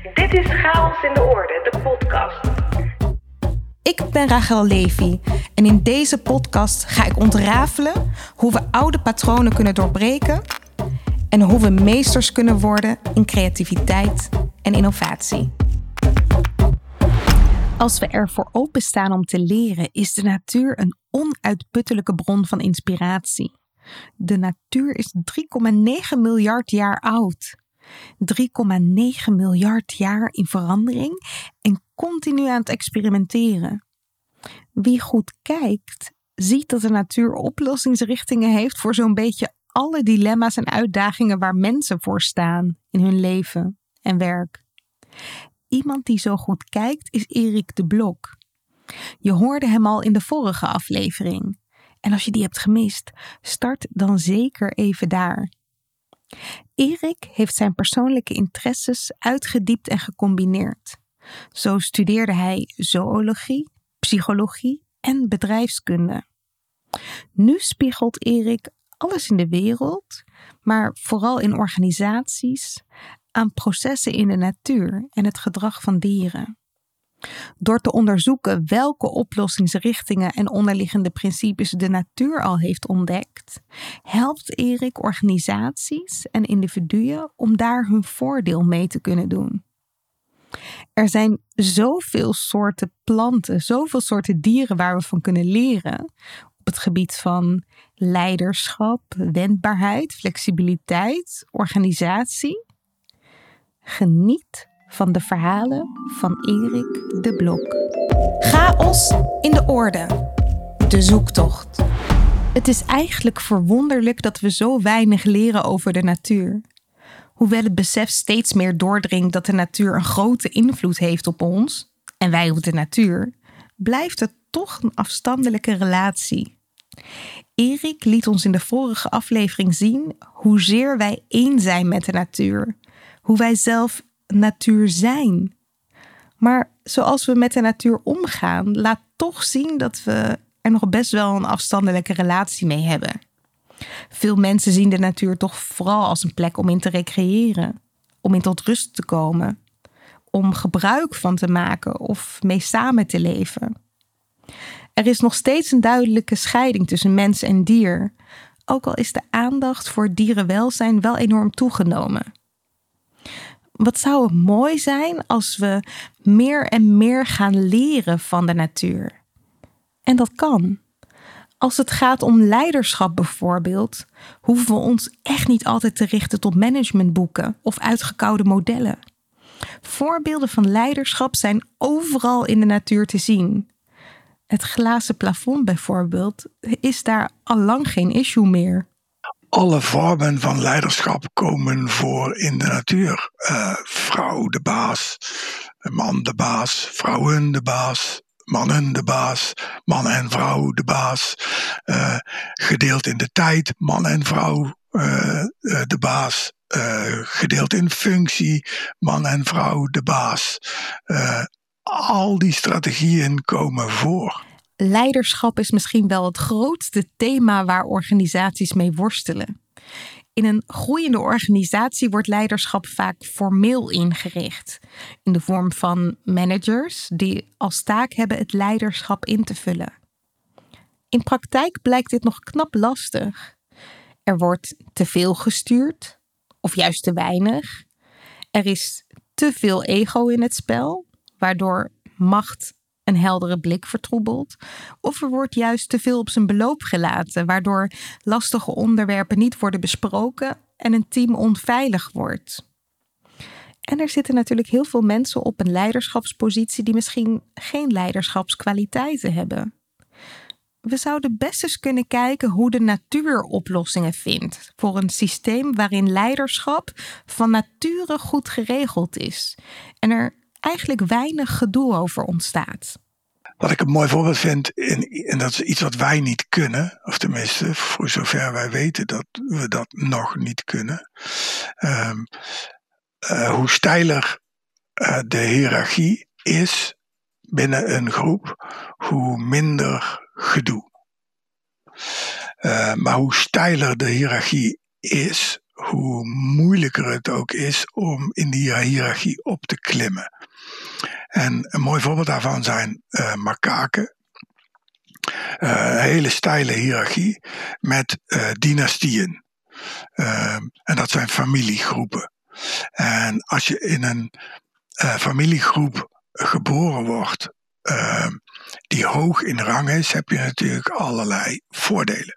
Dit is Chaos in de Orde, de podcast. Ik ben Rachel Levy en in deze podcast ga ik ontrafelen hoe we oude patronen kunnen doorbreken en hoe we meesters kunnen worden in creativiteit en innovatie. Als we ervoor openstaan om te leren, is de natuur een onuitputtelijke bron van inspiratie. De natuur is 3,9 miljard jaar oud. 3,9 miljard jaar in verandering en continu aan het experimenteren. Wie goed kijkt, ziet dat de natuur oplossingsrichtingen heeft voor zo'n beetje alle dilemma's en uitdagingen waar mensen voor staan in hun leven en werk. Iemand die zo goed kijkt is Erik de Blok. Je hoorde hem al in de vorige aflevering. En als je die hebt gemist, start dan zeker even daar. Erik heeft zijn persoonlijke interesses uitgediept en gecombineerd. Zo studeerde hij zoologie, psychologie en bedrijfskunde. Nu spiegelt Erik alles in de wereld, maar vooral in organisaties, aan processen in de natuur en het gedrag van dieren. Door te onderzoeken welke oplossingsrichtingen en onderliggende principes de natuur al heeft ontdekt, helpt Erik organisaties en individuen om daar hun voordeel mee te kunnen doen. Er zijn zoveel soorten planten, zoveel soorten dieren waar we van kunnen leren op het gebied van leiderschap, wendbaarheid, flexibiliteit, organisatie. Geniet van de verhalen van Erik de Blok. Chaos in de Orde. De zoektocht. Het is eigenlijk verwonderlijk dat we zo weinig leren over de natuur. Hoewel het besef steeds meer doordringt dat de natuur een grote invloed heeft op ons, en wij op de natuur, blijft het toch een afstandelijke relatie. Erik liet ons in de vorige aflevering zien hoezeer wij één zijn met de natuur. Hoe wij zelf natuur zijn. Maar zoals we met de natuur omgaan, laat toch zien dat we er nog best wel een afstandelijke relatie mee hebben. Veel mensen zien de natuur toch vooral als een plek om in te recreëren, om in tot rust te komen, om gebruik van te maken of mee samen te leven. Er is nog steeds een duidelijke scheiding tussen mens en dier, ook al is de aandacht voor dierenwelzijn wel enorm toegenomen. Wat zou het mooi zijn als we meer en meer gaan leren van de natuur? En dat kan. Als het gaat om leiderschap bijvoorbeeld, hoeven we ons echt niet altijd te richten tot managementboeken of uitgekoude modellen. Voorbeelden van leiderschap zijn overal in de natuur te zien. Het glazen plafond bijvoorbeeld is daar al lang geen issue meer. Alle vormen van leiderschap komen voor in de natuur. Vrouw de baas, man de baas, vrouwen de baas, mannen de baas, man en vrouw de baas. Gedeeld in de tijd, man en vrouw de baas. Gedeeld in functie, man en vrouw de baas. Al die strategieën komen voor. Leiderschap is misschien wel het grootste thema waar organisaties mee worstelen. In een groeiende organisatie wordt leiderschap vaak formeel ingericht, in de vorm van managers die als taak hebben het leiderschap in te vullen. In praktijk blijkt dit nog knap lastig. Er wordt te veel gestuurd, of juist te weinig. Er is te veel ego in het spel, waardoor macht een heldere blik vertroebelt. Of er wordt juist te veel op zijn beloop gelaten, waardoor lastige onderwerpen niet worden besproken en een team onveilig wordt. En er zitten natuurlijk heel veel mensen op een leiderschapspositie die misschien geen leiderschapskwaliteiten hebben. We zouden best eens kunnen kijken hoe de natuur oplossingen vindt voor een systeem waarin leiderschap van nature goed geregeld is en er eigenlijk weinig gedoe over ontstaat. Wat ik een mooi voorbeeld vind, en dat is iets wat wij niet kunnen, of tenminste voor zover wij weten dat we dat nog niet kunnen. Hoe steiler de hiërarchie is binnen een groep, hoe minder gedoe. Maar hoe steiler de hiërarchie is, hoe moeilijker het ook is om in die hiërarchie op te klimmen. En een mooi voorbeeld daarvan zijn makaken. Een hele steile hiërarchie met dynastieën. En dat zijn familiegroepen. En als je in een familiegroep geboren wordt die hoog in rang is, heb je natuurlijk allerlei voordelen.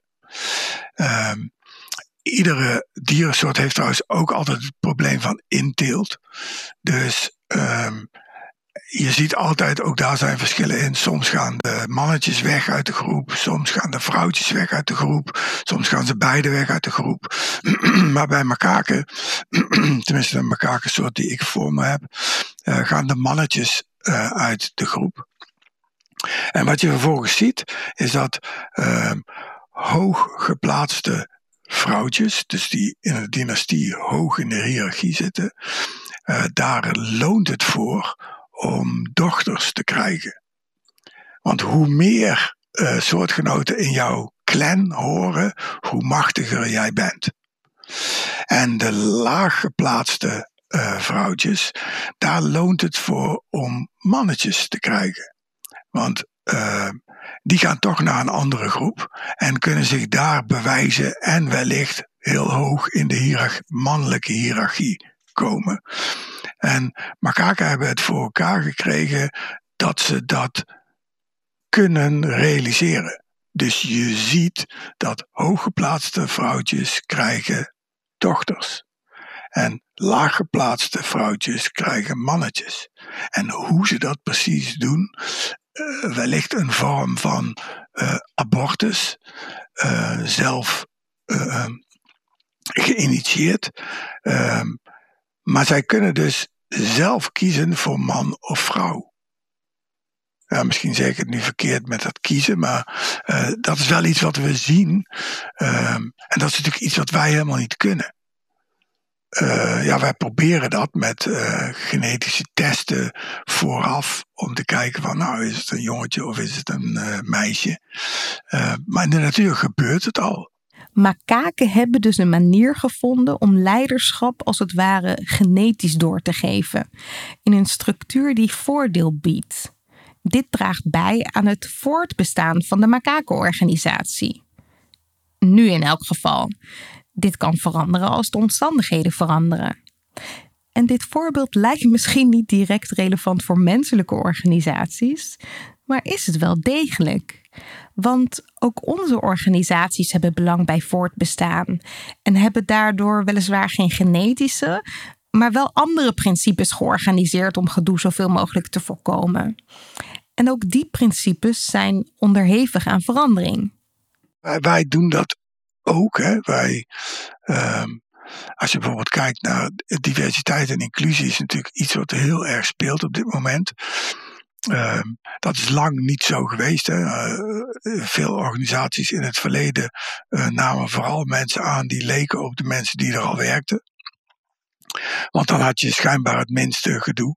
Iedere dierensoort heeft trouwens ook altijd het probleem van inteelt. Dus je ziet altijd, ook daar zijn verschillen in. Soms gaan de mannetjes weg uit de groep. Soms gaan de vrouwtjes weg uit de groep. Soms gaan ze beide weg uit de groep. Maar bij makaken, tenminste de makakensoort die ik voor me heb, gaan de mannetjes uit de groep. En wat je vervolgens ziet, is dat hoog geplaatste vrouwtjes, dus die in een dynastie hoog in de hiërarchie zitten, daar loont het voor om dochters te krijgen. Want hoe meer soortgenoten in jouw clan horen, hoe machtiger jij bent. En de laag geplaatste vrouwtjes, daar loont het voor om mannetjes te krijgen. Want die gaan toch naar een andere groep en kunnen zich daar bewijzen en wellicht heel hoog in de mannelijke hiërarchie komen. En makaken hebben het voor elkaar gekregen dat ze dat kunnen realiseren. Dus je ziet dat hooggeplaatste vrouwtjes krijgen dochters. En laaggeplaatste vrouwtjes krijgen mannetjes. En hoe ze dat precies doen, wellicht een vorm van abortus, zelf geïnitieerd. Maar zij kunnen dus zelf kiezen voor man of vrouw. Ja, misschien zeg ik het nu verkeerd met dat kiezen, maar dat is wel iets wat we zien. En dat is natuurlijk iets wat wij helemaal niet kunnen. Wij proberen dat met genetische testen vooraf om te kijken van, nou, is het een jongetje of is het een meisje? Maar in de natuur gebeurt het al. Makaken hebben dus een manier gevonden om leiderschap als het ware genetisch door te geven, in een structuur die voordeel biedt. Dit draagt bij aan het voortbestaan van de makakenorganisatie. Nu in elk geval. Dit kan veranderen als de omstandigheden veranderen. En dit voorbeeld lijkt misschien niet direct relevant voor menselijke organisaties, maar is het wel degelijk. Want ook onze organisaties hebben belang bij voortbestaan en hebben daardoor weliswaar geen genetische, maar wel andere principes georganiseerd om gedoe zoveel mogelijk te voorkomen. En ook die principes zijn onderhevig aan verandering. Wij doen dat ook. Hè. Als je bijvoorbeeld kijkt naar diversiteit en inclusie, is natuurlijk iets wat heel erg speelt op dit moment. Dat is lang niet zo geweest. Hè. Veel organisaties in het verleden namen vooral mensen aan die leken op de mensen die er al werkten. Want dan had je schijnbaar het minste gedoe.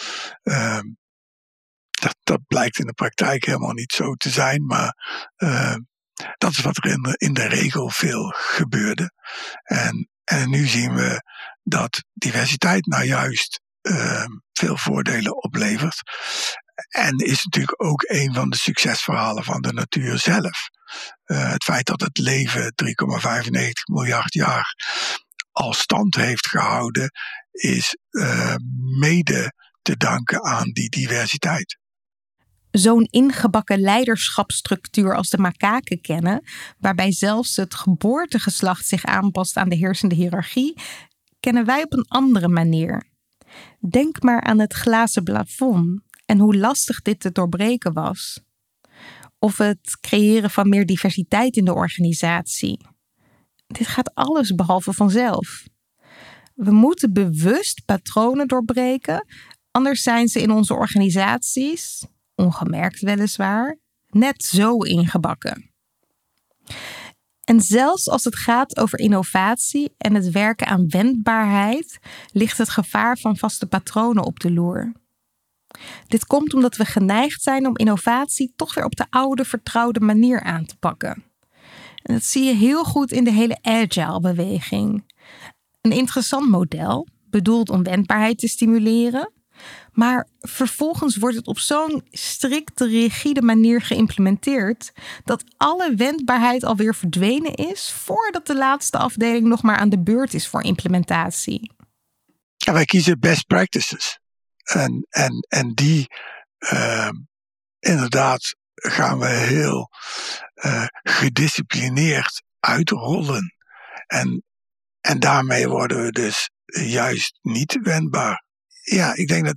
Dat blijkt in de praktijk helemaal niet zo te zijn, maar dat is wat er in de regel veel gebeurde. En nu zien we dat diversiteit nou juist veel voordelen oplevert. En is natuurlijk ook een van de succesverhalen van de natuur zelf. Het feit dat het leven 3,95 miljard jaar al stand heeft gehouden, is mede te danken aan die diversiteit. Zo'n ingebakken leiderschapsstructuur als de makaken kennen, waarbij zelfs het geboortegeslacht zich aanpast aan de heersende hiërarchie, kennen wij op een andere manier. Denk maar aan het glazen plafond en hoe lastig dit te doorbreken was. Of het creëren van meer diversiteit in de organisatie. Dit gaat alles behalve vanzelf. We moeten bewust patronen doorbreken, anders zijn ze in onze organisaties, ongemerkt weliswaar, net zo ingebakken. En zelfs als het gaat over innovatie en het werken aan wendbaarheid, ligt het gevaar van vaste patronen op de loer. Dit komt omdat we geneigd zijn om innovatie toch weer op de oude, vertrouwde manier aan te pakken. En dat zie je heel goed in de hele agile-beweging. Een interessant model, bedoeld om wendbaarheid te stimuleren. Maar vervolgens wordt het op zo'n strikte, rigide manier geïmplementeerd dat alle wendbaarheid alweer verdwenen is voordat de laatste afdeling nog maar aan de beurt is voor implementatie. Ja, wij kiezen best practices. En die inderdaad gaan we heel gedisciplineerd uitrollen. En daarmee worden we dus juist niet wendbaar. Ja, ik denk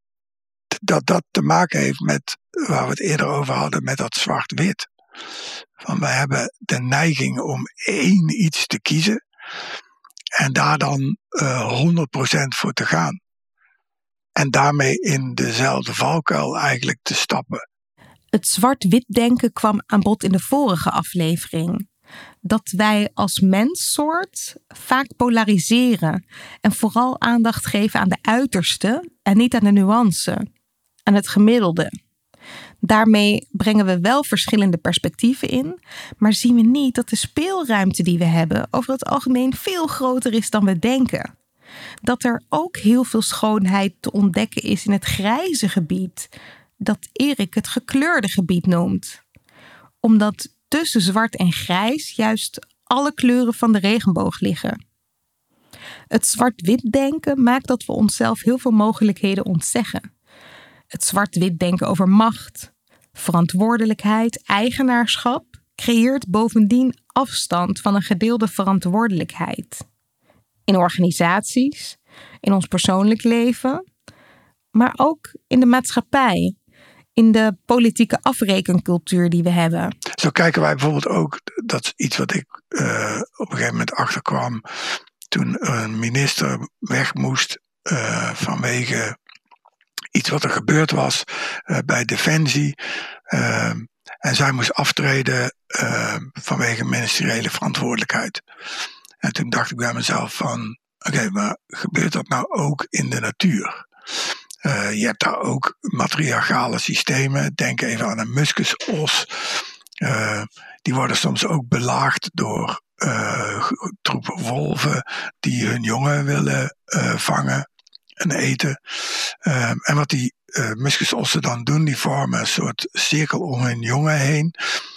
dat te maken heeft met waar we het eerder over hadden, met dat zwart-wit. Van wij hebben de neiging om één iets te kiezen en daar dan 100% voor te gaan. En daarmee in dezelfde valkuil eigenlijk te stappen. Het zwart-wit denken kwam aan bod in de vorige aflevering. Dat wij als menssoort vaak polariseren en vooral aandacht geven aan de uiterste en niet aan de nuance, aan het gemiddelde. Daarmee brengen we wel verschillende perspectieven in, maar zien we niet dat de speelruimte die we hebben over het algemeen veel groter is dan we denken. Dat er ook heel veel schoonheid te ontdekken is in het grijze gebied, dat Erik het gekleurde gebied noemt. Omdat tussen zwart en grijs juist alle kleuren van de regenboog liggen. Het zwart-wit denken maakt dat we onszelf heel veel mogelijkheden ontzeggen. Het zwart-wit denken over macht, verantwoordelijkheid, eigenaarschap creëert bovendien afstand van een gedeelde verantwoordelijkheid. In organisaties, in ons persoonlijk leven, maar ook in de maatschappij. In de politieke afrekencultuur die we hebben. Zo kijken wij bijvoorbeeld ook, dat is iets wat ik op een gegeven moment achterkwam toen een minister weg moest vanwege iets wat er gebeurd was bij Defensie. En zij moest aftreden vanwege ministeriële verantwoordelijkheid. En toen dacht ik bij mezelf van, oké, maar gebeurt dat nou ook in de natuur? Je hebt daar ook matriarchale systemen. Denk even aan een muskusos. Die worden soms ook belaagd door troepen wolven die hun jongen willen vangen en eten. En wat die muskusossen dan doen, die vormen een soort cirkel om hun jongen heen.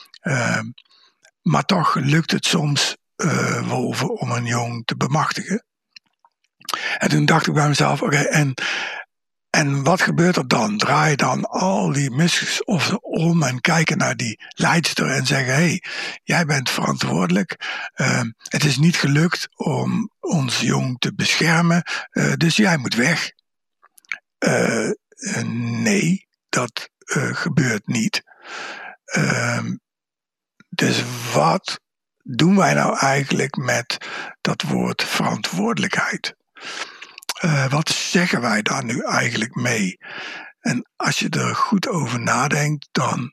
Maar toch lukt het soms wolven om een jong te bemachtigen. En toen dacht ik bij mezelf, oké, en wat gebeurt er dan? Draai dan al die muskusossen om en kijken naar die leidster en zeggen, hey, jij bent verantwoordelijk. Het is niet gelukt om ons jong te beschermen, dus jij moet weg. Nee, dat gebeurt niet. Dus wat doen wij nou eigenlijk met dat woord verantwoordelijkheid? Wat zeggen wij daar nu eigenlijk mee? En als je er goed over nadenkt,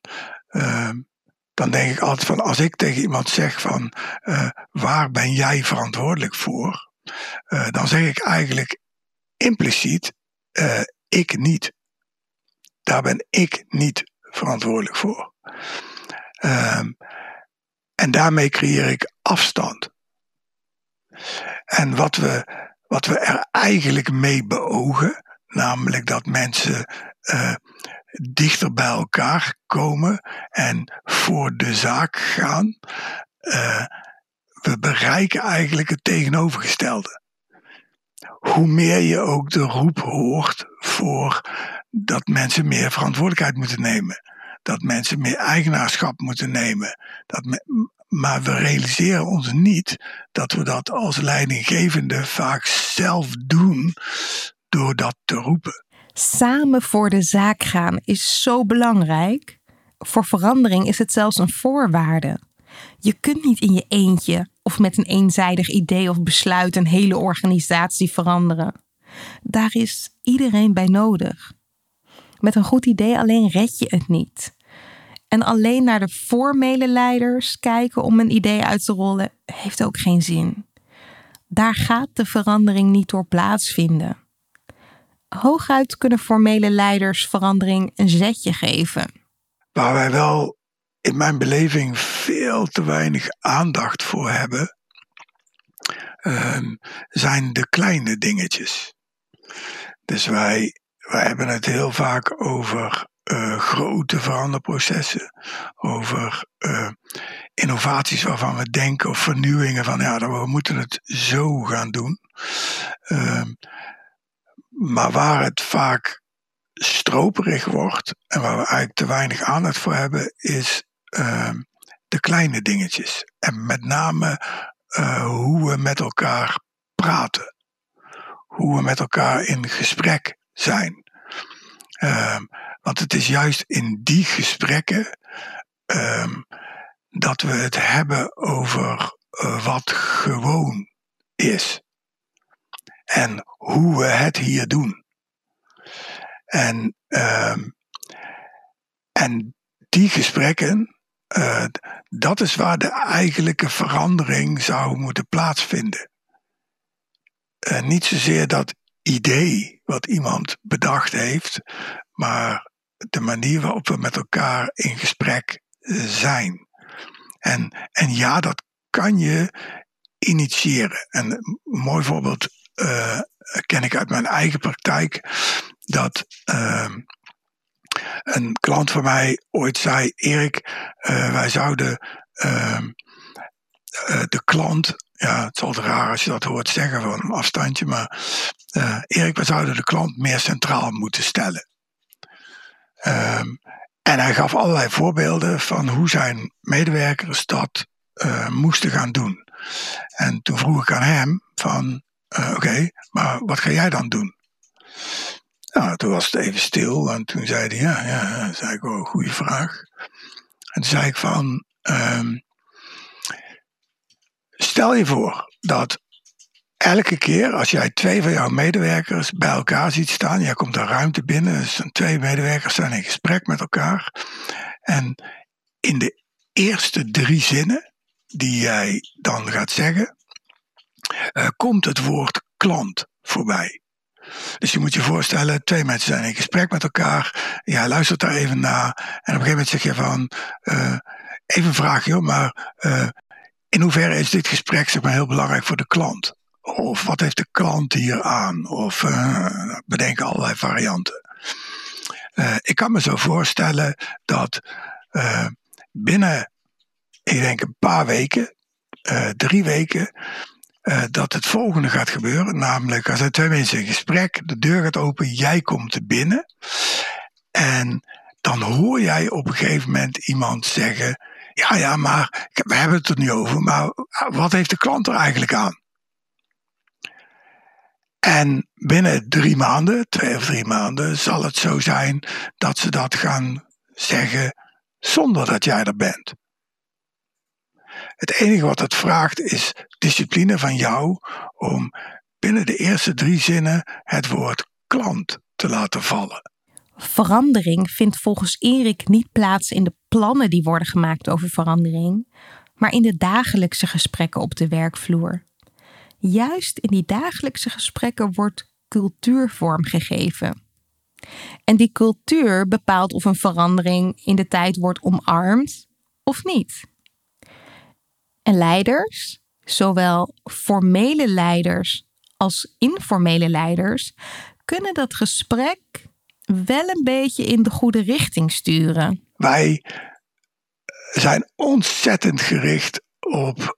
dan denk ik altijd van, als ik tegen iemand zeg van, waar ben jij verantwoordelijk voor? Dan zeg ik eigenlijk impliciet, ik niet. Daar ben ik niet verantwoordelijk voor. En daarmee creëer ik afstand. En wat we er eigenlijk mee beogen, namelijk dat mensen dichter bij elkaar komen en voor de zaak gaan, we bereiken eigenlijk het tegenovergestelde. Hoe meer je ook de roep hoort voor dat mensen meer verantwoordelijkheid moeten nemen, dat mensen meer eigenaarschap moeten nemen, maar we realiseren ons niet dat we dat als leidinggevende vaak zelf doen door dat te roepen. Samen voor de zaak gaan is zo belangrijk. Voor verandering is het zelfs een voorwaarde. Je kunt niet in je eentje of met een eenzijdig idee of besluit een hele organisatie veranderen. Daar is iedereen bij nodig. Met een goed idee alleen red je het niet. En alleen naar de formele leiders kijken om een idee uit te rollen heeft ook geen zin. Daar gaat de verandering niet door plaatsvinden. Hooguit kunnen formele leiders verandering een zetje geven. Waar wij wel in mijn beleving veel te weinig aandacht voor hebben, zijn de kleine dingetjes. Dus wij hebben het heel vaak over grote veranderprocessen, over innovaties waarvan we denken of vernieuwingen van we moeten het zo gaan doen. Maar waar het vaak stroperig wordt en waar we eigenlijk te weinig aandacht voor hebben, is de kleine dingetjes. En met name hoe we met elkaar praten. Hoe we met elkaar in gesprek zijn. Want het is juist in die gesprekken dat we het hebben over wat gewoon is. En hoe we het hier doen. En die gesprekken, dat is waar de eigenlijke verandering zou moeten plaatsvinden. Niet zozeer dat idee wat iemand bedacht heeft, maar de manier waarop we met elkaar in gesprek zijn. En ja, dat kan je initiëren. En een mooi voorbeeld ken ik uit mijn eigen praktijk, dat een klant van mij ooit zei: Erik, wij zouden de klant, het is altijd raar als je dat hoort zeggen van een afstandje, maar Erik, we zouden de klant meer centraal moeten stellen. En hij gaf allerlei voorbeelden van hoe zijn medewerkers dat moesten gaan doen. En toen vroeg ik aan hem van, oké, maar wat ga jij dan doen? Nou, toen was het even stil en toen zei hij, zei ik, oh, goede vraag. En toen zei ik van, stel je voor dat elke keer als jij 2 van jouw medewerkers bij elkaar ziet staan, jij komt daar ruimte binnen, dus 2 medewerkers zijn in gesprek met elkaar. En in de eerste 3 zinnen die jij dan gaat zeggen, komt het woord klant voorbij. Dus je moet je voorstellen, 2 mensen zijn in gesprek met elkaar. Jij luistert daar even naar. En op een gegeven moment zeg je van, even een vraag joh, maar in hoeverre is dit gesprek zeg maar heel belangrijk voor de klant? Of wat heeft de klant hier aan? Of bedenk allerlei varianten. Ik kan me zo voorstellen dat binnen, ik denk een paar weken, 3 weken, dat het volgende gaat gebeuren. Namelijk, er zijn 2 mensen in gesprek, de deur gaat open, jij komt er binnen. En dan hoor jij op een gegeven moment iemand zeggen, ja, maar we hebben het er nu over, maar wat heeft de klant er eigenlijk aan? En binnen 3 maanden, 2 of 3 maanden, zal het zo zijn dat ze dat gaan zeggen zonder dat jij er bent. Het enige wat het vraagt is discipline van jou om binnen de eerste 3 zinnen het woord klant te laten vallen. Verandering vindt volgens Erik niet plaats in de plannen die worden gemaakt over verandering, maar in de dagelijkse gesprekken op de werkvloer. Juist in die dagelijkse gesprekken wordt cultuur vormgegeven. En die cultuur bepaalt of een verandering in de tijd wordt omarmd of niet. En leiders, zowel formele leiders als informele leiders, kunnen dat gesprek wel een beetje in de goede richting sturen. Wij zijn ontzettend gericht op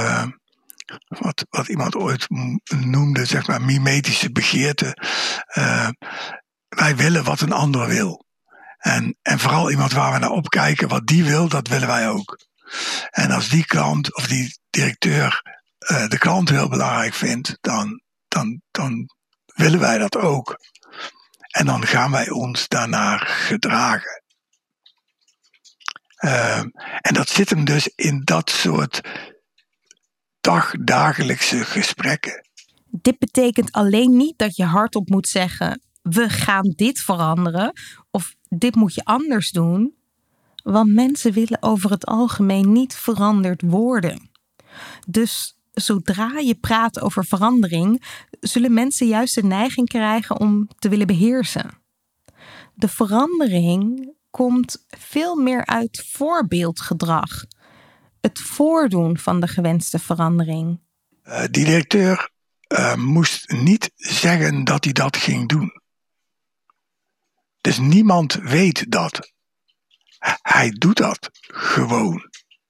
wat iemand ooit noemde, zeg maar, mimetische begeerte. Wij willen wat een ander wil. En vooral iemand waar we naar opkijken, wat die wil, dat willen wij ook. En als die klant of die directeur de klant heel belangrijk vindt, dan willen wij dat ook. En dan gaan wij ons daarnaar gedragen. En dat zit hem dus in dat soort dagelijkse gesprekken. Dit betekent alleen niet dat je hardop moet zeggen, we gaan dit veranderen of dit moet je anders doen. Want mensen willen over het algemeen niet veranderd worden. Dus zodra je praat over verandering, zullen mensen juist de neiging krijgen om te willen beheersen. De verandering komt veel meer uit voorbeeldgedrag. Het voordoen van de gewenste verandering. Die directeur moest niet zeggen dat hij dat ging doen. Dus niemand weet dat. Hij doet dat gewoon.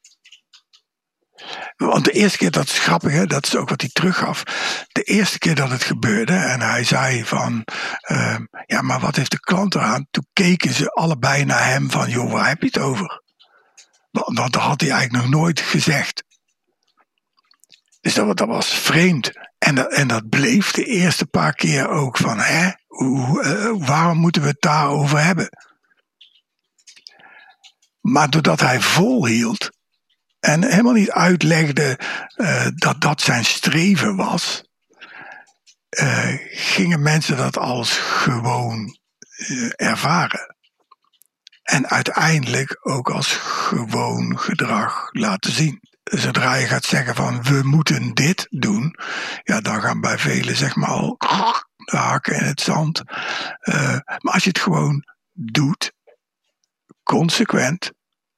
Want de eerste keer, dat is grappig, hè? Dat is ook wat hij teruggaf. De eerste keer dat het gebeurde en hij zei van... ja, maar wat heeft de klant eraan? Toen keken ze allebei naar hem van... joh, waar heb je het over? Want dat had hij eigenlijk nog nooit gezegd. Dus dat was vreemd. En dat bleef de eerste paar keer ook van... waarom moeten we het daarover hebben? Maar doordat hij volhield... en helemaal niet uitlegde dat dat zijn streven was... gingen mensen dat als gewoon ervaren. En uiteindelijk ook als gewoon gedrag laten zien. Zodra je gaat zeggen van we moeten dit doen... ja, dan gaan bij velen zeg maar al de hakken in het zand. Maar als je het gewoon doet, consequent...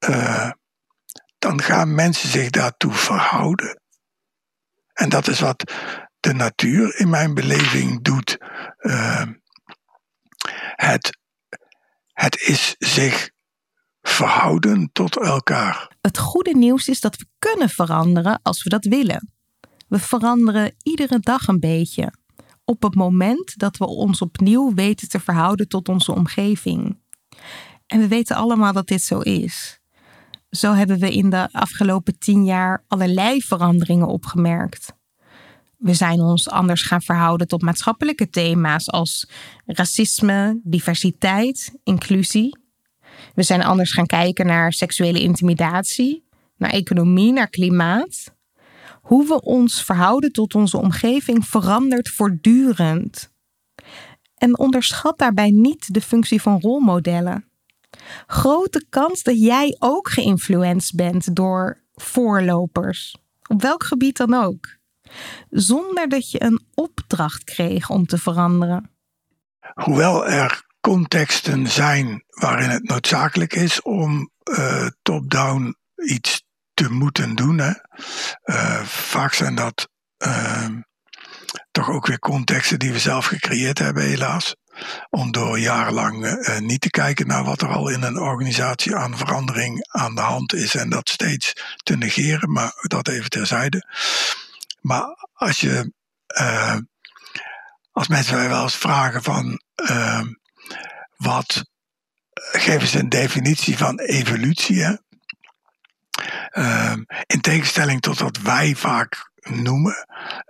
dan gaan mensen zich daartoe verhouden. En dat is wat de natuur in mijn beleving doet. Het is zich verhouden tot elkaar. Het goede nieuws is dat we kunnen veranderen als we dat willen. We veranderen iedere dag een beetje. Op het moment dat we ons opnieuw weten te verhouden tot onze omgeving. En we weten allemaal dat dit zo is. Zo hebben we in de afgelopen 10 jaar allerlei veranderingen opgemerkt. We zijn ons anders gaan verhouden tot maatschappelijke thema's als racisme, diversiteit, inclusie. We zijn anders gaan kijken naar seksuele intimidatie, naar economie, naar klimaat. Hoe we ons verhouden tot onze omgeving verandert voortdurend. En onderschat daarbij niet de functie van rolmodellen. Grote kans dat jij ook geïnfluenced bent door voorlopers. Op welk gebied dan ook. Zonder dat je een opdracht kreeg om te veranderen. Hoewel er contexten zijn waarin het noodzakelijk is om top-down iets te moeten doen. Hè. Vaak zijn dat toch ook weer contexten die we zelf gecreëerd hebben helaas. Om door jarenlang niet te kijken naar wat er al in een organisatie aan verandering aan de hand is. En dat steeds te negeren, maar dat even terzijde. Maar als mensen mij wel eens vragen van... geven ze een definitie van evolutie. Hè? In tegenstelling tot wat wij vaak noemen...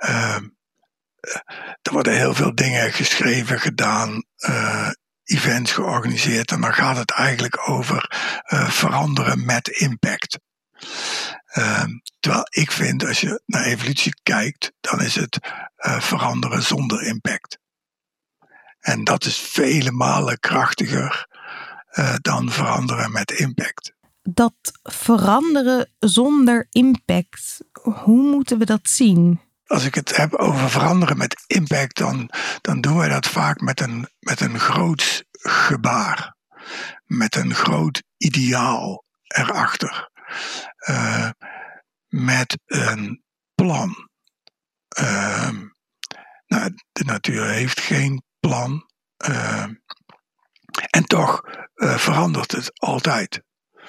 er worden heel veel dingen geschreven, gedaan, events georganiseerd. En dan gaat het eigenlijk over veranderen met impact. Terwijl ik vind, als je naar evolutie kijkt, dan is het veranderen zonder impact. En dat is vele malen krachtiger dan veranderen met impact. Dat veranderen zonder impact, hoe moeten we dat zien? Als ik het heb over veranderen met impact, dan doen wij dat vaak met een groot gebaar. Met een groot ideaal erachter. Met een plan. De natuur heeft geen plan. En toch verandert het altijd.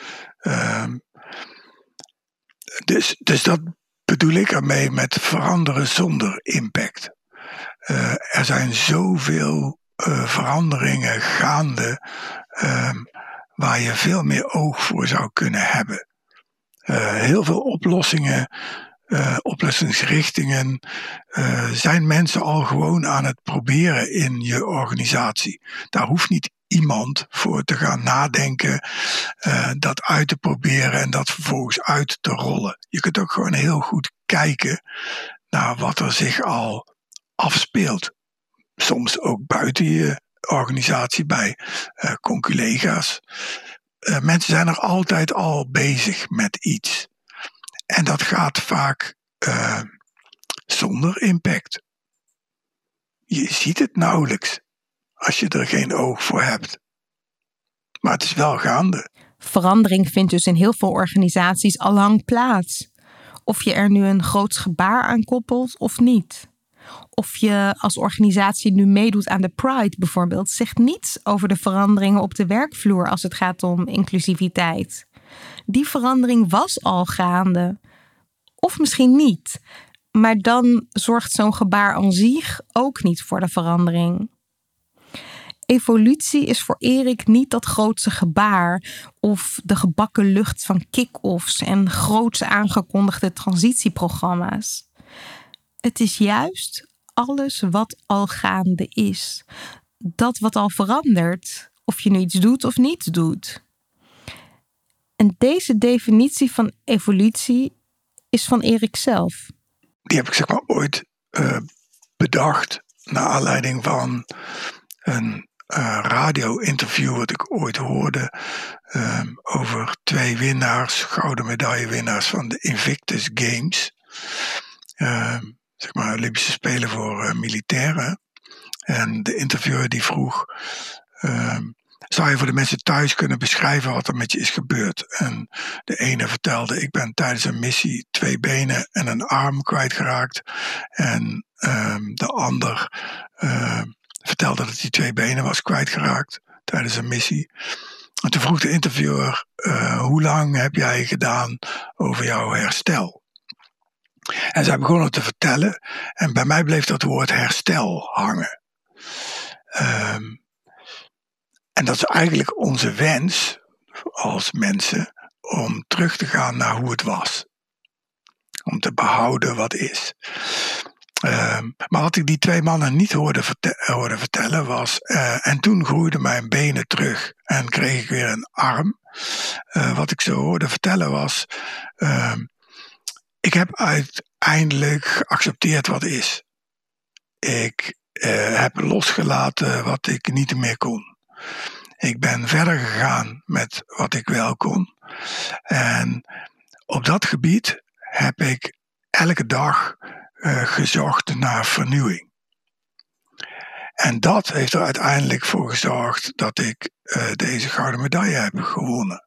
Dus dat bedoel ik ermee met veranderen zonder impact. Er zijn zoveel veranderingen gaande waar je veel meer oog voor zou kunnen hebben. Heel veel oplossingsrichtingen zijn mensen al gewoon aan het proberen in je organisatie. Daar hoeft niet iemand voor te gaan nadenken, dat uit te proberen en dat vervolgens uit te rollen. Je kunt ook gewoon heel goed kijken naar wat er zich al afspeelt. Soms ook buiten je organisatie bij conculega's. Mensen zijn er altijd al bezig met iets. En dat gaat vaak zonder impact. Je ziet het nauwelijks als je er geen oog voor hebt. Maar het is wel gaande. Verandering vindt dus in heel veel organisaties al lang plaats. Of je er nu een groots gebaar aan koppelt of niet. Of je als organisatie nu meedoet aan de Pride bijvoorbeeld, zegt niets over de veranderingen op de werkvloer als het gaat om inclusiviteit. Die verandering was al gaande. Of misschien niet. Maar dan zorgt zo'n gebaar aan zich ook niet voor de verandering. Evolutie is voor Erik niet dat grootse gebaar of de gebakken lucht van kick-offs en grootse aangekondigde transitieprogramma's. Het is juist alles wat al gaande is. Dat wat al verandert, of je nu iets doet of niet doet. En deze definitie van evolutie is van Erik zelf. Die heb ik zeg maar ooit bedacht naar aanleiding van een radio-interview wat ik ooit hoorde over 2 winnaars, gouden medaillewinnaars van de Invictus Games. Zeg maar Olympische Spelen voor militairen. En de interviewer die vroeg, zou je voor de mensen thuis kunnen beschrijven wat er met je is gebeurd? En de ene vertelde, ik ben tijdens een missie 2 benen en een arm kwijtgeraakt. En de ander vertelde dat hij 2 benen was kwijtgeraakt tijdens een missie. En toen vroeg de interviewer, hoe lang heb jij gedaan over jouw herstel? En zij begonnen te vertellen en bij mij bleef dat woord herstel hangen. En dat is eigenlijk onze wens als mensen om terug te gaan naar hoe het was. Om te behouden wat is. Maar wat ik die 2 mannen niet hoorde vertellen was, en toen groeiden mijn benen terug en kreeg ik weer een arm. Wat ik zo hoorde vertellen was, ik heb uiteindelijk geaccepteerd wat is. Ik heb losgelaten wat ik niet meer kon. Ik ben verder gegaan met wat ik wel kon. En op dat gebied heb ik elke dag gezocht naar vernieuwing. En dat heeft er uiteindelijk voor gezorgd dat ik deze gouden medaille heb gewonnen.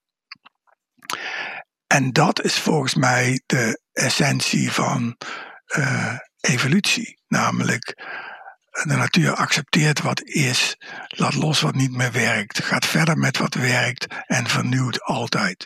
En dat is volgens mij de essentie van evolutie. Namelijk, de natuur accepteert wat is, laat los wat niet meer werkt, gaat verder met wat werkt en vernieuwt altijd.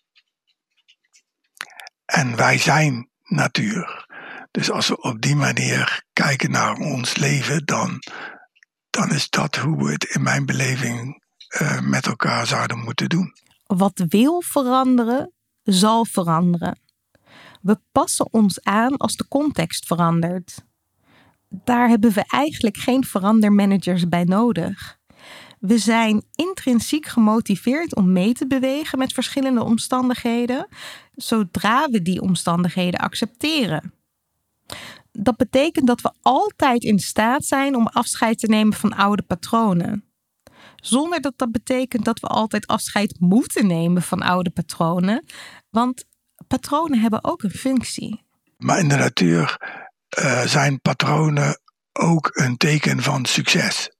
En wij zijn natuur. Dus als we op die manier kijken naar ons leven, dan is dat hoe we het in mijn beleving met elkaar zouden moeten doen. Wat wil veranderen, zal veranderen. We passen ons aan als de context verandert. Daar hebben we eigenlijk geen verandermanagers bij nodig. We zijn intrinsiek gemotiveerd om mee te bewegen met verschillende omstandigheden, zodra we die omstandigheden accepteren. Dat betekent dat we altijd in staat zijn om afscheid te nemen van oude patronen. Zonder dat dat betekent dat we altijd afscheid moeten nemen van oude patronen, want patronen hebben ook een functie. Maar in de natuur zijn patronen ook een teken van succes.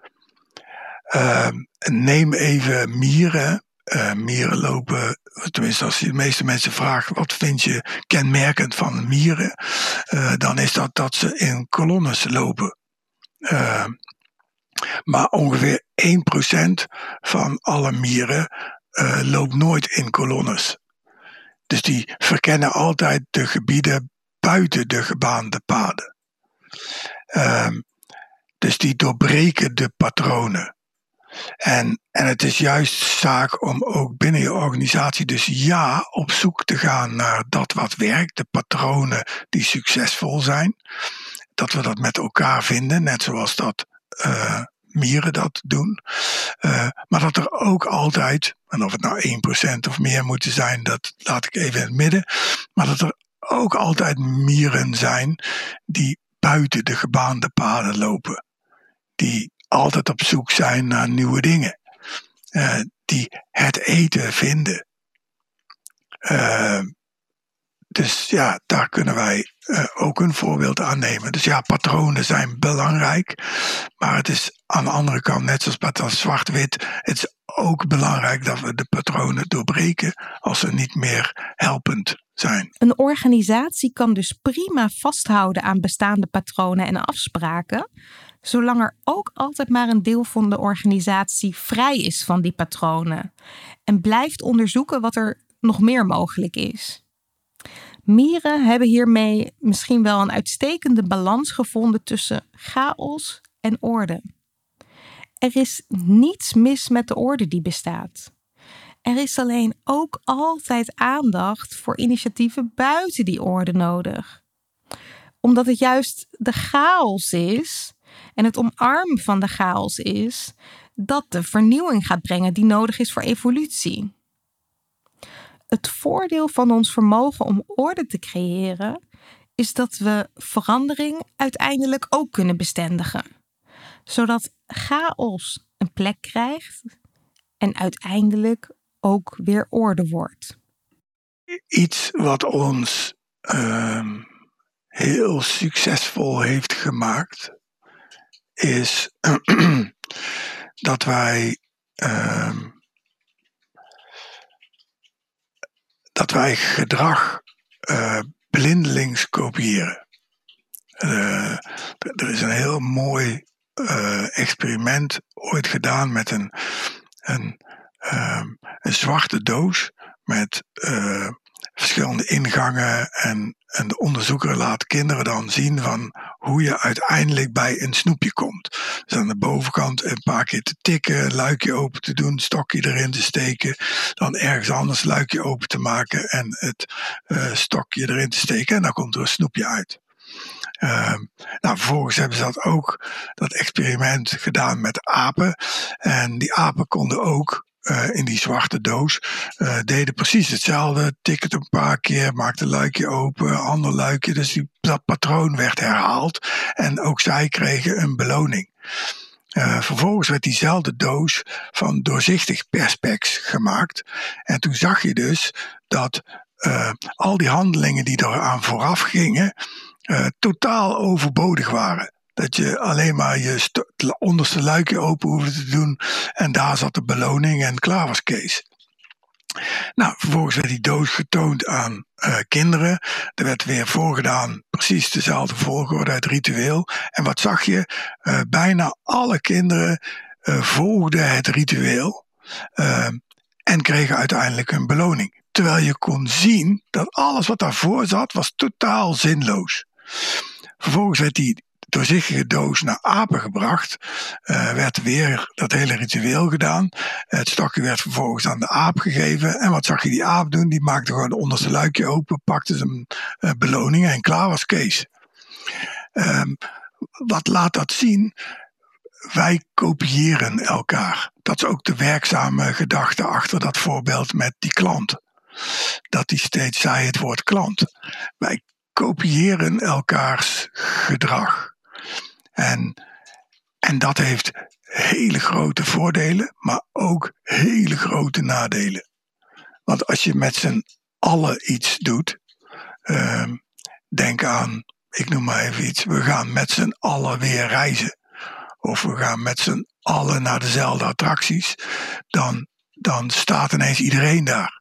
Neem even mieren. Mieren lopen, tenminste als je de meeste mensen vraagt, wat vind je kenmerkend van mieren? Dan is dat ze in kolonnes lopen. Maar ongeveer 1% van alle mieren loopt nooit in kolonnes. Dus die verkennen altijd de gebieden buiten de gebaande paden. Dus die doorbreken de patronen. En het is juist zaak om ook binnen je organisatie dus op zoek te gaan naar dat wat werkt, de patronen die succesvol zijn. Dat we dat met elkaar vinden, net zoals dat mieren dat doen. Maar dat er ook altijd, en of het nou 1% of meer moeten zijn, dat laat ik even in het midden. Maar dat er ook altijd mieren zijn die buiten de gebaande paden lopen. Die altijd op zoek zijn naar nieuwe dingen. Die het eten vinden. Dus ja, daar kunnen wij ook een voorbeeld aan nemen. Dus ja, patronen zijn belangrijk. Maar het is aan de andere kant, net zoals bij dat zwart-wit, het is ook belangrijk dat we de patronen doorbreken als ze niet meer helpend zijn. Een organisatie kan dus prima vasthouden aan bestaande patronen en afspraken, zolang er ook altijd maar een deel van de organisatie vrij is van die patronen en blijft onderzoeken wat er nog meer mogelijk is. Mieren hebben hiermee misschien wel een uitstekende balans gevonden tussen chaos en orde. Er is niets mis met de orde die bestaat. Er is alleen ook altijd aandacht voor initiatieven buiten die orde nodig. Omdat het juist de chaos is en het omarmen van de chaos is dat de vernieuwing gaat brengen die nodig is voor evolutie. Het voordeel van ons vermogen om orde te creëren is dat we verandering uiteindelijk ook kunnen bestendigen. Zodat chaos een plek krijgt en uiteindelijk ook weer orde wordt. Iets wat ons heel succesvol heeft gemaakt is dat wij gedrag blindelings kopiëren. Er is een heel mooi experiment ooit gedaan met een zwarte doos met verschillende ingangen en de onderzoeker laat kinderen dan zien van hoe je uiteindelijk bij een snoepje komt. Dus aan de bovenkant een paar keer te tikken, luikje open te doen, stokje erin te steken, dan ergens anders luikje open te maken en het stokje erin te steken en dan komt er een snoepje uit. Vervolgens hebben ze dat experiment gedaan met apen en die apen konden ook in die zwarte doos deden precies hetzelfde. Tikten het een paar keer, maakte een luikje open, ander luikje. Dus dat patroon werd herhaald. En ook zij kregen een beloning. Vervolgens werd diezelfde doos van doorzichtig perspex gemaakt. En toen zag je dus dat al die handelingen die eraan vooraf gingen totaal overbodig waren. Dat je alleen maar je onderste luikje open hoefde te doen en daar zat de beloning en klaar was Kees. Vervolgens werd die doos getoond aan kinderen. Er werd weer voorgedaan, precies dezelfde volgorde, het ritueel. En wat zag je? Bijna alle kinderen volgden het ritueel en kregen uiteindelijk hun beloning. Terwijl je kon zien dat alles wat daarvoor zat was totaal zinloos. Vervolgens werd die doorzichtige doos naar apen gebracht, werd weer dat hele ritueel gedaan. Het stokje werd vervolgens aan de aap gegeven. En wat zag je die aap doen? Die maakte gewoon het onderste luikje open, pakte zijn beloning en klaar was Kees. Wat laat dat zien? Wij kopiëren elkaar. Dat is ook de werkzame gedachte achter dat voorbeeld met die klant. Dat hij steeds zei het woord klant. Wij kopiëren elkaars gedrag. En dat heeft hele grote voordelen, maar ook hele grote nadelen. Want als je met z'n allen iets doet, denk aan, ik noem maar even iets, we gaan met z'n allen weer reizen. Of we gaan met z'n allen naar dezelfde attracties, dan staat ineens iedereen daar.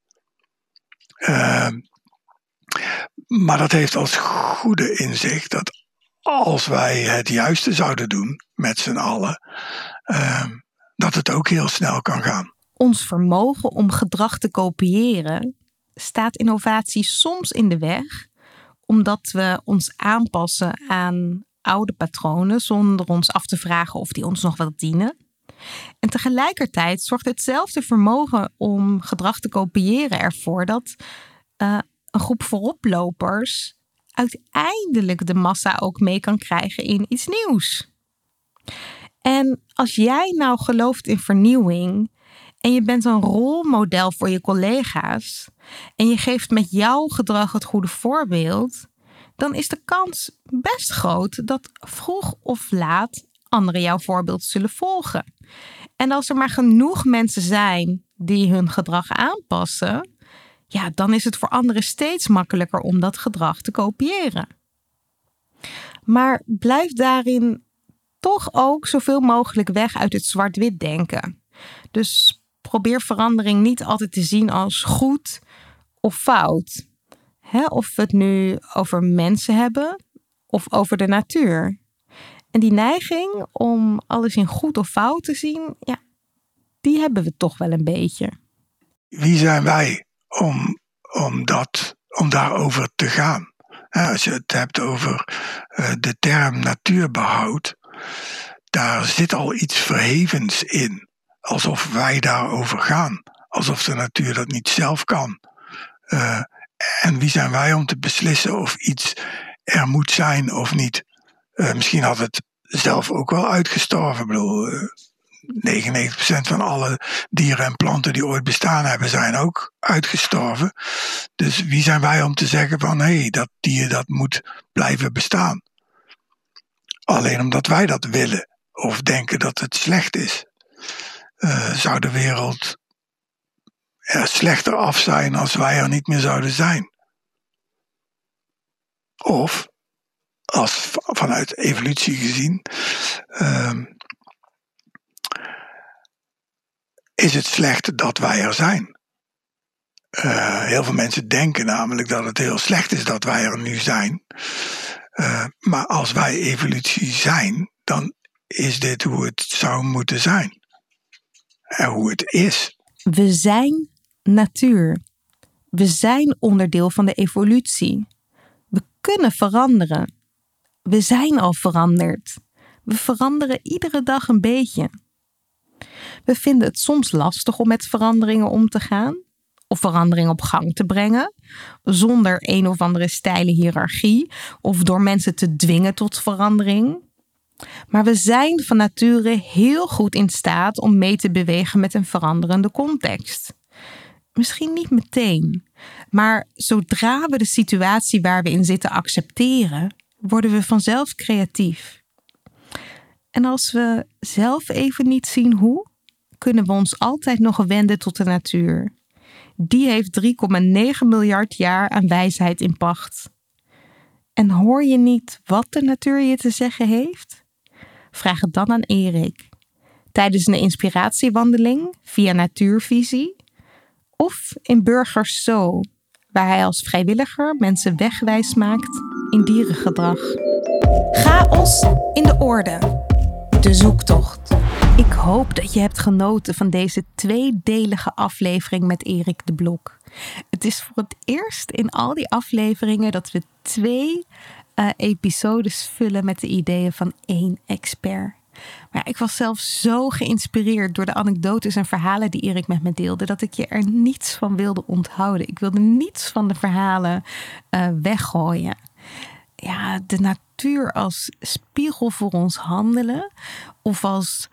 Maar dat heeft als goede inzicht dat als wij het juiste zouden doen met z'n allen, dat het ook heel snel kan gaan. Ons vermogen om gedrag te kopiëren staat innovatie soms in de weg, omdat we ons aanpassen aan oude patronen zonder ons af te vragen of die ons nog wel dienen. En tegelijkertijd zorgt hetzelfde vermogen om gedrag te kopiëren ervoor dat een groep vooroplopers uiteindelijk de massa ook mee kan krijgen in iets nieuws. En als jij nou gelooft in vernieuwing en je bent een rolmodel voor je collega's en je geeft met jouw gedrag het goede voorbeeld, dan is de kans best groot dat vroeg of laat anderen jouw voorbeeld zullen volgen. En als er maar genoeg mensen zijn die hun gedrag aanpassen, ja, dan is het voor anderen steeds makkelijker om dat gedrag te kopiëren. Maar blijf daarin toch ook zoveel mogelijk weg uit het zwart-wit denken. Dus probeer verandering niet altijd te zien als goed of fout. Of we het nu over mensen hebben of over de natuur. En die neiging om alles in goed of fout te zien, die hebben we toch wel een beetje. Wie zijn wij om daarover te gaan? Als je het hebt over de term natuurbehoud, daar zit al iets verhevens in. Alsof wij daarover gaan. Alsof de natuur dat niet zelf kan. En wie zijn wij om te beslissen of iets er moet zijn of niet? Misschien had het zelf ook wel uitgestorven. Ik bedoel, 99% van alle dieren en planten die ooit bestaan hebben, zijn ook uitgestorven. Dus wie zijn wij om te zeggen van dat dier dat moet blijven bestaan? Alleen omdat wij dat willen of denken dat het slecht is. Zou de wereld er slechter af zijn als wij er niet meer zouden zijn? Of, als vanuit evolutie gezien, is het slecht dat wij er zijn? Heel veel mensen denken namelijk dat het heel slecht is dat wij er nu zijn. Maar als wij evolutie zijn, dan is dit hoe het zou moeten zijn. En hoe het is. We zijn natuur. We zijn onderdeel van de evolutie. We kunnen veranderen. We zijn al veranderd. We veranderen iedere dag een beetje. We vinden het soms lastig om met veranderingen om te gaan. Of veranderingen op gang te brengen. Zonder een of andere steile hiërarchie. Of door mensen te dwingen tot verandering. Maar we zijn van nature heel goed in staat om mee te bewegen met een veranderende context. Misschien niet meteen, maar zodra we de situatie waar we in zitten accepteren, worden we vanzelf creatief. En als we zelf even niet zien hoe, kunnen we ons altijd nog wenden tot de natuur. Die heeft 3,9 miljard jaar aan wijsheid in pacht. En hoor je niet wat de natuur je te zeggen heeft? Vraag het dan aan Erik. Tijdens een inspiratiewandeling via Natuurvisie. Of in Burgers Zoo, waar hij als vrijwilliger mensen wegwijs maakt in dierengedrag. Chaos in de orde. De zoektocht. Ik hoop dat je hebt genoten van deze tweedelige aflevering met Erik de Blok. Het is voor het eerst in al die afleveringen dat we 2 episodes vullen met de ideeën van 1 expert. Maar ik was zelf zo geïnspireerd door de anekdotes en verhalen die Erik met me deelde, dat ik je er niets van wilde onthouden. Ik wilde niets van de verhalen weggooien. Ja, de natuur als spiegel voor ons handelen of als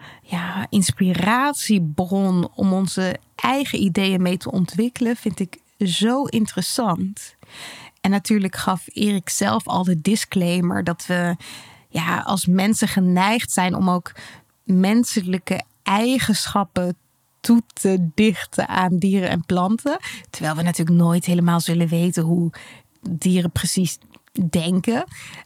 inspiratiebron om onze eigen ideeën mee te ontwikkelen, vind ik zo interessant. En natuurlijk gaf Erik zelf al de disclaimer dat we als mensen geneigd zijn om ook menselijke eigenschappen toe te dichten aan dieren en planten. Terwijl we natuurlijk nooit helemaal zullen weten hoe dieren precies denken.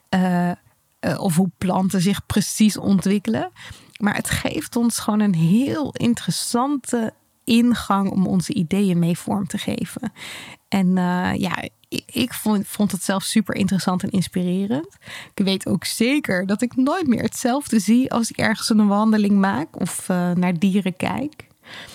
Of hoe planten zich precies ontwikkelen. Maar het geeft ons gewoon een heel interessante ingang om onze ideeën mee vorm te geven. En ik vond het zelf super interessant en inspirerend. Ik weet ook zeker dat ik nooit meer hetzelfde zie als ik ergens een wandeling maak of naar dieren kijk.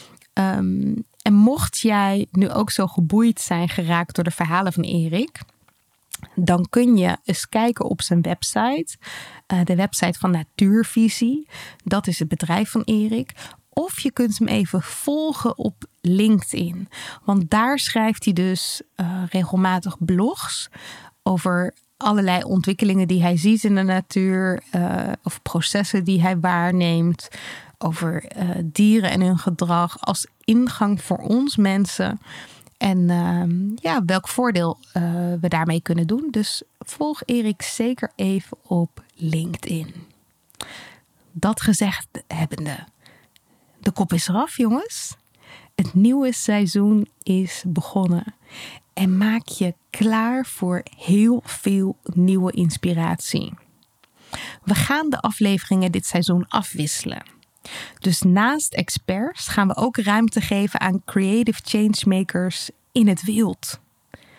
En mocht jij nu ook zo geboeid zijn geraakt door de verhalen van Erik, dan kun je eens kijken op zijn website. De website van Natuurvisie. Dat is het bedrijf van Erik. Of je kunt hem even volgen op LinkedIn. Want daar schrijft hij dus regelmatig blogs over allerlei ontwikkelingen die hij ziet in de natuur. Of processen die hij waarneemt. Over dieren en hun gedrag als ingang voor ons mensen. En welk voordeel we daarmee kunnen doen. Dus volg Erik zeker even op LinkedIn. Dat gezegd hebbende. De kop is eraf, jongens. Het nieuwe seizoen is begonnen. En maak je klaar voor heel veel nieuwe inspiratie. We gaan de afleveringen dit seizoen afwisselen. Dus naast experts gaan we ook ruimte geven aan creative changemakers in het wild.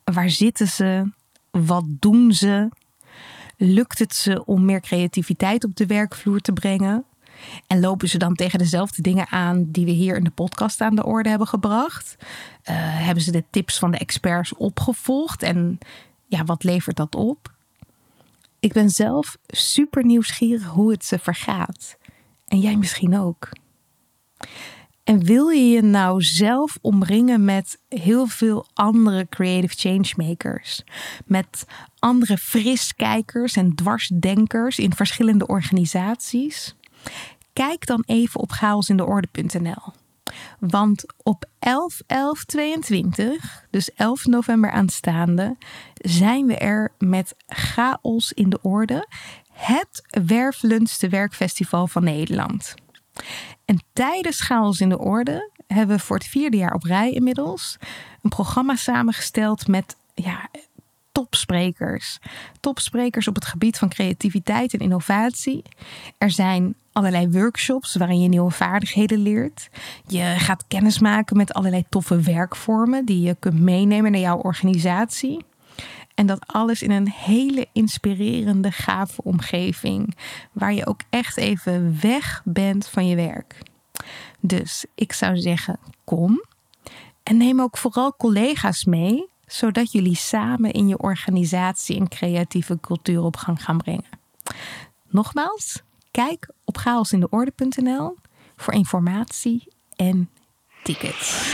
Waar zitten ze? Wat doen ze? Lukt het ze om meer creativiteit op de werkvloer te brengen? En lopen ze dan tegen dezelfde dingen aan die we hier in de podcast aan de orde hebben gebracht? Hebben ze de tips van de experts opgevolgd? En ja, wat levert dat op? Ik ben zelf super nieuwsgierig hoe het ze vergaat. En jij misschien ook. En wil je je nou zelf omringen met heel veel andere creative changemakers? Met andere friskijkers en dwarsdenkers in verschillende organisaties? Kijk dan even op chaosindeorde.nl. Want op 11/11/22, dus 11 november aanstaande, zijn we er met Chaos in de Orde, het wervelendste werkfestival van Nederland. En tijdens Chaos in de Orde hebben we voor het 4e jaar op rij inmiddels een programma samengesteld met topsprekers. Topsprekers op het gebied van creativiteit en innovatie. Er zijn allerlei workshops waarin je nieuwe vaardigheden leert. Je gaat kennis maken met allerlei toffe werkvormen die je kunt meenemen naar jouw organisatie. En dat alles in een hele inspirerende, gave omgeving. Waar je ook echt even weg bent van je werk. Dus ik zou zeggen, kom. En neem ook vooral collega's mee. Zodat jullie samen in je organisatie een creatieve cultuur op gang gaan brengen. Nogmaals, kijk op chaosindeorde.nl voor informatie en tickets.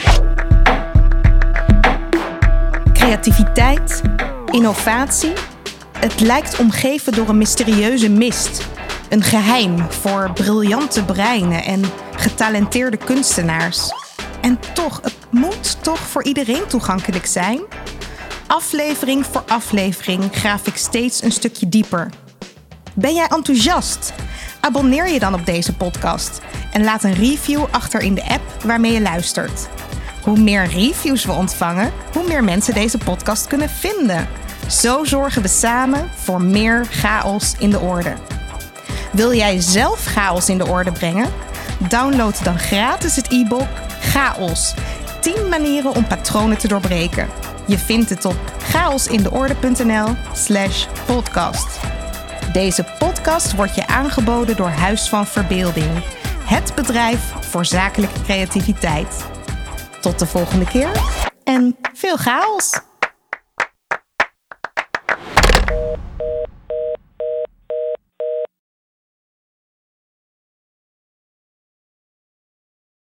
Creativiteit, innovatie. Het lijkt omgeven door een mysterieuze mist. Een geheim voor briljante breinen en getalenteerde kunstenaars. En toch, het moet toch voor iedereen toegankelijk zijn? Aflevering voor aflevering graaf ik steeds een stukje dieper. Ben jij enthousiast? Abonneer je dan op deze podcast en laat een review achter in de app waarmee je luistert. Hoe meer reviews we ontvangen, hoe meer mensen deze podcast kunnen vinden. Zo zorgen we samen voor meer chaos in de orde. Wil jij zelf chaos in de orde brengen? Download dan gratis het e-book Chaos. 10 manieren om patronen te doorbreken. Je vindt het op chaosindeorde.nl/podcast. Deze podcast wordt je aangeboden door Huis van Verbeelding. Het bedrijf voor zakelijke creativiteit. Tot de volgende keer en veel chaos!